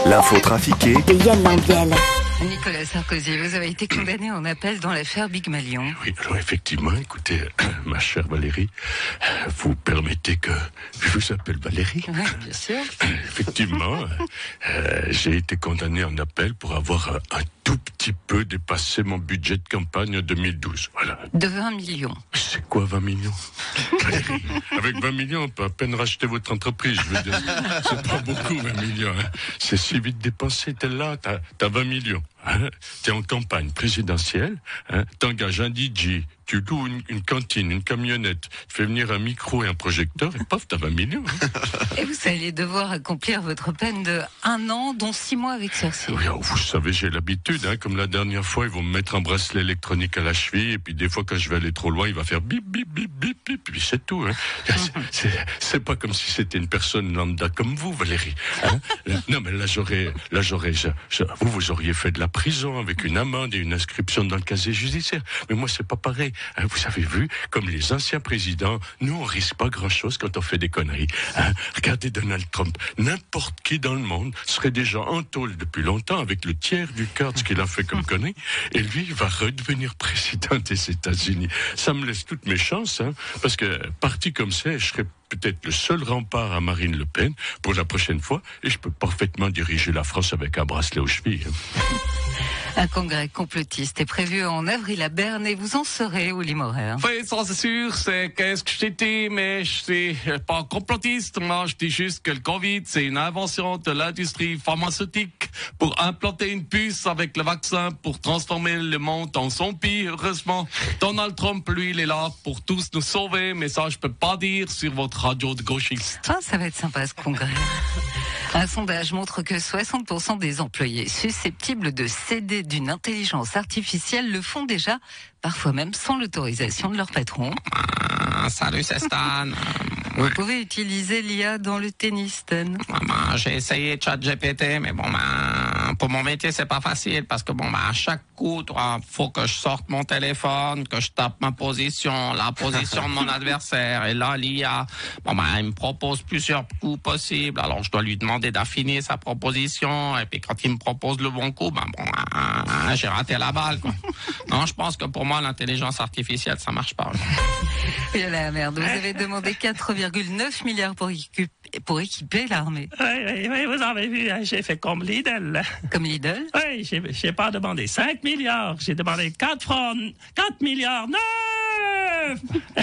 L'info trafiquée de Yann Lambiel. Nicolas Sarkozy, vous avez été condamné en appel dans l'affaire Big Malion. Oui, alors effectivement, écoutez, ma chère Valérie, vous permettez que je vous appelle Valérie? Oui, bien sûr. Effectivement, j'ai été condamné en appel pour avoir un tout petit peu dépassé mon budget de campagne en 2012. Voilà. De 20 millions. C'est quoi 20 millions? Valérie, avec 20 millions, on peut à peine racheter votre entreprise, je veux dire. C'est pas beaucoup, 20 millions. Hein. C'est si vite dépensé, t'es là, t'as 20 millions. Hein, t'es en campagne présidentielle, hein, t'engages un DJ, tu loues une cantine, une camionnette, tu fais venir un micro et un projecteur, et paf, t'as 20 millions. Hein. Et vous allez devoir accomplir votre peine de 1 an, dont 6 mois avec sursis. Oui, alors, vous savez, j'ai l'habitude, hein, comme la dernière fois, ils vont me mettre un bracelet électronique à la cheville, et puis des fois, quand je vais aller trop loin, il va faire bip, bip, bip, bip, bip, puis c'est tout. Hein. C'est pas comme si c'était une personne lambda comme vous, Valérie. Hein. Non, mais là, vous auriez fait de la prison avec une amende et une inscription dans le casier judiciaire. Mais moi, c'est pas pareil. Hein, vous avez vu, comme les anciens présidents, nous, on risque pas grand-chose quand on fait des conneries. Hein. Regardez Donald Trump. N'importe qui dans le monde serait déjà en tôle depuis longtemps avec le tiers du quart de ce qu'il a fait comme connerie. Et lui, il va redevenir président des États-Unis. Ça me laisse toutes mes chances, hein, parce que parti comme ça, je serais peut-être le seul rempart à Marine Le Pen pour la prochaine fois, et je peux parfaitement diriger la France avec un bracelet aux chevilles. Un congrès complotiste est prévu en avril à Berne et vous en serez au Limoraire. Oui, ça c'est sûr, c'est qu'est-ce que je t'ai dit, mais je suis pas complotiste. Moi, je dis juste que le Covid, c'est une invention de l'industrie pharmaceutique pour implanter une puce avec le vaccin pour transformer le monde en zombie. Heureusement, Donald Trump, lui, il est là pour tous nous sauver, mais ça, je peux pas dire sur votre radio de gauchiste. Ah, ça va être sympa ce congrès. Un sondage montre que 60% des employés susceptibles de céder d'une intelligence artificielle le font déjà, parfois même sans l'autorisation de leur patron. Salut, c'est Stan. Vous pouvez utiliser l'IA dans le tennis, Stan. J'ai essayé ChatGPT, mais pour mon métier, c'est pas facile parce que à chaque coup, faut que je sorte mon téléphone, que je tape ma position, la position de mon adversaire. Et là, l'IA, il me propose plusieurs coups possibles. Alors, je dois lui demander d'affiner sa proposition. Et puis, quand il me propose le bon coup, j'ai raté la balle, quoi. Non, je pense que pour moi, l'intelligence artificielle, ça marche pas. Viola Amerde, vous avez demandé 4,9 milliards pour équiper l'armée. Oui, vous avez vu, j'ai fait comme Lidl. Comme Lidl? Oui, j'ai pas demandé 5 milliards, j'ai demandé 4 milliards 9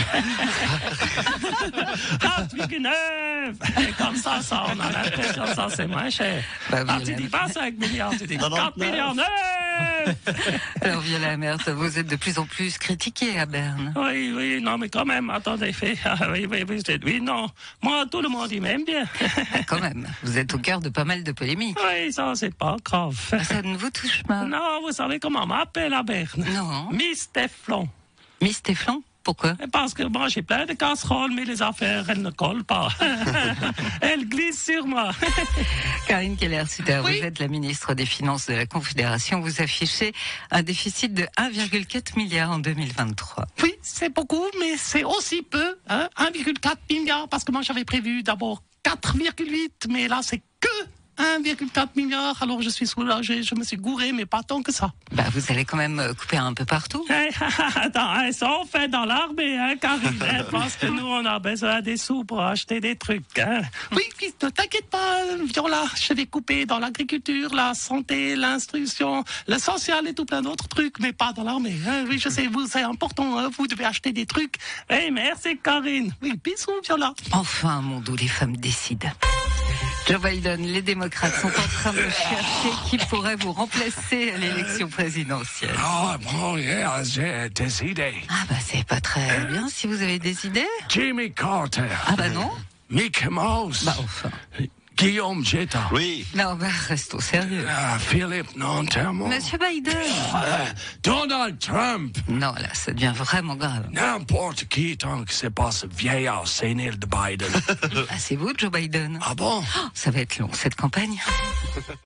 4,9. Comme ça, on a l'impression que ça, c'est moins cher. Tu dis pas 5 milliards, tu dis 4 milliards 9. Alors, Viola Amerde, vous êtes de plus en plus critiquée à Berne. Oui, non, mais quand même, attendez, oui, non. Moi, tout le monde, il m'aime bien. Quand même, vous êtes au cœur de pas mal de polémiques. Oui, ça, c'est pas grave. Ça ne vous touche pas? Non, vous savez comment on m'appelle à Berne? Non. Miss Teflon. Miss Teflon? Pourquoi? Parce que moi, j'ai plein de casseroles, mais les affaires, elles ne collent pas. Elles glissent sur moi. Karine Keller-Sutter, oui. Vous êtes la ministre des Finances de la Confédération. Vous affichez un déficit de 1,4 milliard en 2023. Oui, c'est beaucoup, mais c'est aussi peu. 1,4 milliard, parce que moi, j'avais prévu d'abord 4,8, mais là, c'est que 1,4 milliard, alors je suis soulagé, je me suis gouré, mais pas tant que ça. Vous allez quand même couper un peu partout. Attends, ça on fait dans l'armée, Karine, parce que nous on a besoin des sous pour acheter des trucs. Oui, ne t'inquiète pas, Viola, je vais couper dans l'agriculture, la santé, l'instruction, le social et tout plein d'autres trucs, mais pas dans l'armée. Oui, je sais, vous, c'est important, vous devez acheter des trucs. Oui, merci Karine. Oui, bisous Viola. Enfin, un monde où les femmes décident. Joe Biden, les démocrates sont en train de chercher qui pourrait vous remplacer à l'élection présidentielle. J'ai des idées. C'est pas très bien si vous avez des idées. Jimmy Carter. Non. Mickey Mouse. Enfin. Guillaume Jetta. Oui. Non, restons sérieux. Philippe Nantermo. Monsieur Biden. Donald Trump. Non, là, ça devient vraiment grave. N'importe qui tant que c'est pas ce vieillard sénile de Biden. C'est vous, Joe Biden. Ah bon? Ça va être long, cette campagne.